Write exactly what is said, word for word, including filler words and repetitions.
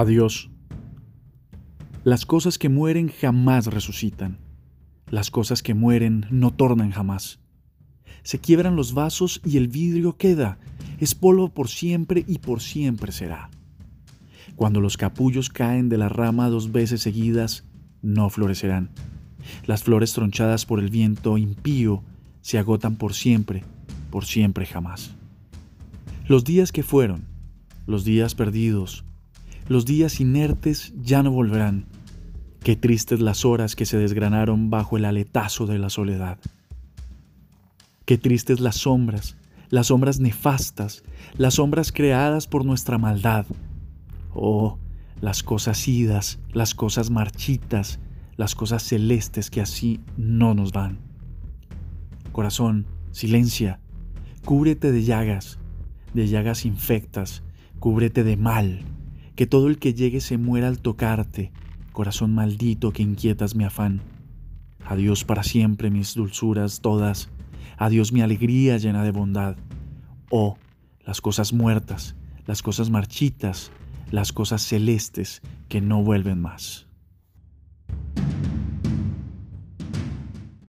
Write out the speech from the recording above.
Adiós. Las cosas que mueren jamás resucitan. Las cosas que mueren no tornan jamás. Se quiebran los vasos y el vidrio queda. Es polvo por siempre y por siempre será. Cuando los capullos caen de la rama dos veces seguidas, no florecerán. Las flores tronchadas por el viento impío se agotan por siempre, por siempre jamás. Los días que fueron, los días perdidos, los días inertes ya no volverán. Qué tristes las horas que se desgranaron bajo el aletazo de la soledad. Qué tristes las sombras, las sombras nefastas, las sombras creadas por nuestra maldad. Oh, las cosas idas, las cosas marchitas, las cosas celestes que así no nos van. Corazón, silencia, cúbrete de llagas, de llagas infectas, cúbrete de mal, que todo el que llegue se muera al tocarte, corazón maldito que inquietas mi afán. Adiós para siempre mis dulzuras todas, adiós mi alegría llena de bondad. Oh, las cosas muertas, las cosas marchitas, las cosas celestes que no vuelven más.